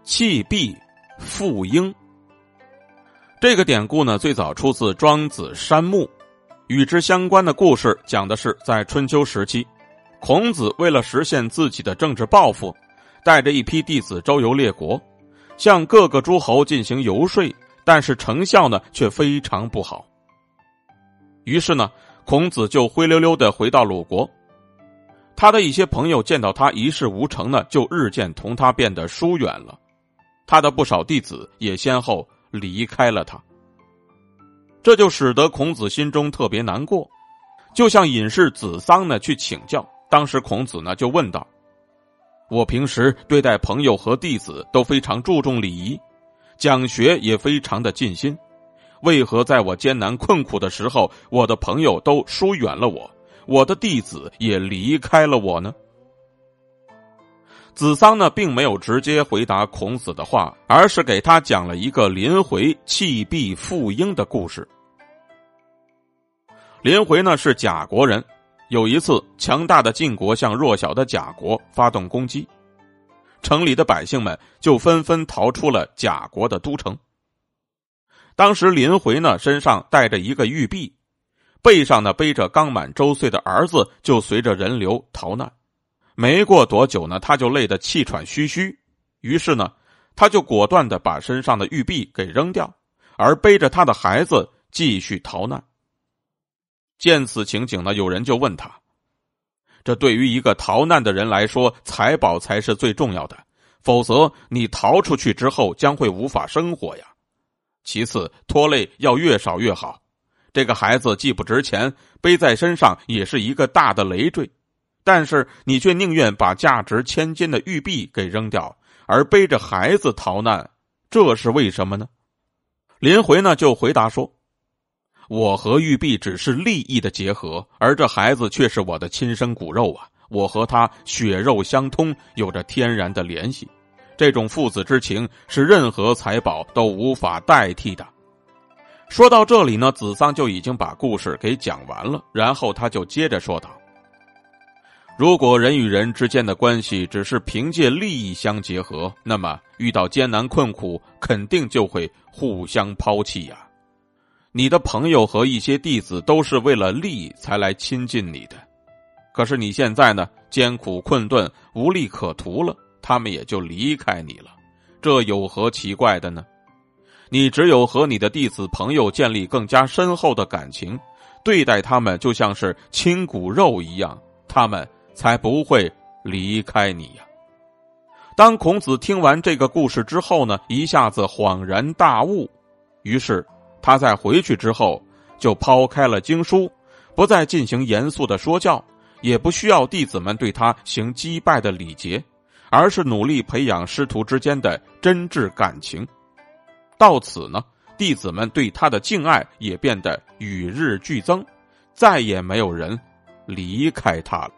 弃婢复婴。这个典故呢，最早出自《庄子·山木》，与之相关的故事讲的是在春秋时期，孔子为了实现自己的政治抱负，带着一批弟子周游列国，向各个诸侯进行游说，但是成效呢却非常不好。于是呢，孔子就灰溜溜地回到鲁国。他的一些朋友见到他一事无成呢，就日渐同他变得疏远了。他的不少弟子也先后离开了他。这就使得孔子心中特别难过，就向隐士子桑呢去请教。当时孔子呢就问道：我平时对待朋友和弟子都非常注重礼仪，讲学也非常的尽心，为何在我艰难困苦的时候，我的朋友都疏远了我，我的弟子也离开了我呢？子桑呢并没有直接回答孔子的话，而是给他讲了一个临回弃婢复婴的故事。临回呢是甲国人，有一次强大的晋国向弱小的甲国发动攻击，城里的百姓们就纷纷逃出了甲国的都城。当时临回呢身上带着一个玉璧，背上呢背着刚满周岁的儿子，就随着人流逃难。没过多久呢，他就累得气喘吁吁，于是呢他就果断地把身上的玉璧给扔掉，而背着他的孩子继续逃难。见此情景呢，有人就问他，这对于一个逃难的人来说，财宝才是最重要的，否则你逃出去之后将会无法生活呀。其次，拖累要越少越好，这个孩子既不值钱，背在身上也是一个大的累赘，但是你却宁愿把价值千金的玉璧给扔掉，而背着孩子逃难，这是为什么呢？临回呢就回答说，我和玉璧只是利益的结合，而这孩子却是我的亲生骨肉啊，我和他血肉相通，有着天然的联系，这种父子之情是任何财宝都无法代替的。说到这里呢，子桑就已经把故事给讲完了，然后他就接着说道，如果人与人之间的关系只是凭借利益相结合，那么遇到艰难困苦肯定就会互相抛弃呀。你的朋友和一些弟子都是为了利益才来亲近你的，可是你现在呢艰苦困顿，无利可图了，他们也就离开你了，这有何奇怪的呢？你只有和你的弟子朋友建立更加深厚的感情，对待他们就像是亲骨肉一样，他们才不会离开你呀。当孔子听完这个故事之后呢，一下子恍然大悟，于是他在回去之后就抛开了经书，不再进行严肃的说教，也不需要弟子们对他行击败的礼节，而是努力培养师徒之间的真挚感情。到此呢，弟子们对他的敬爱也变得与日俱增，再也没有人离开他了。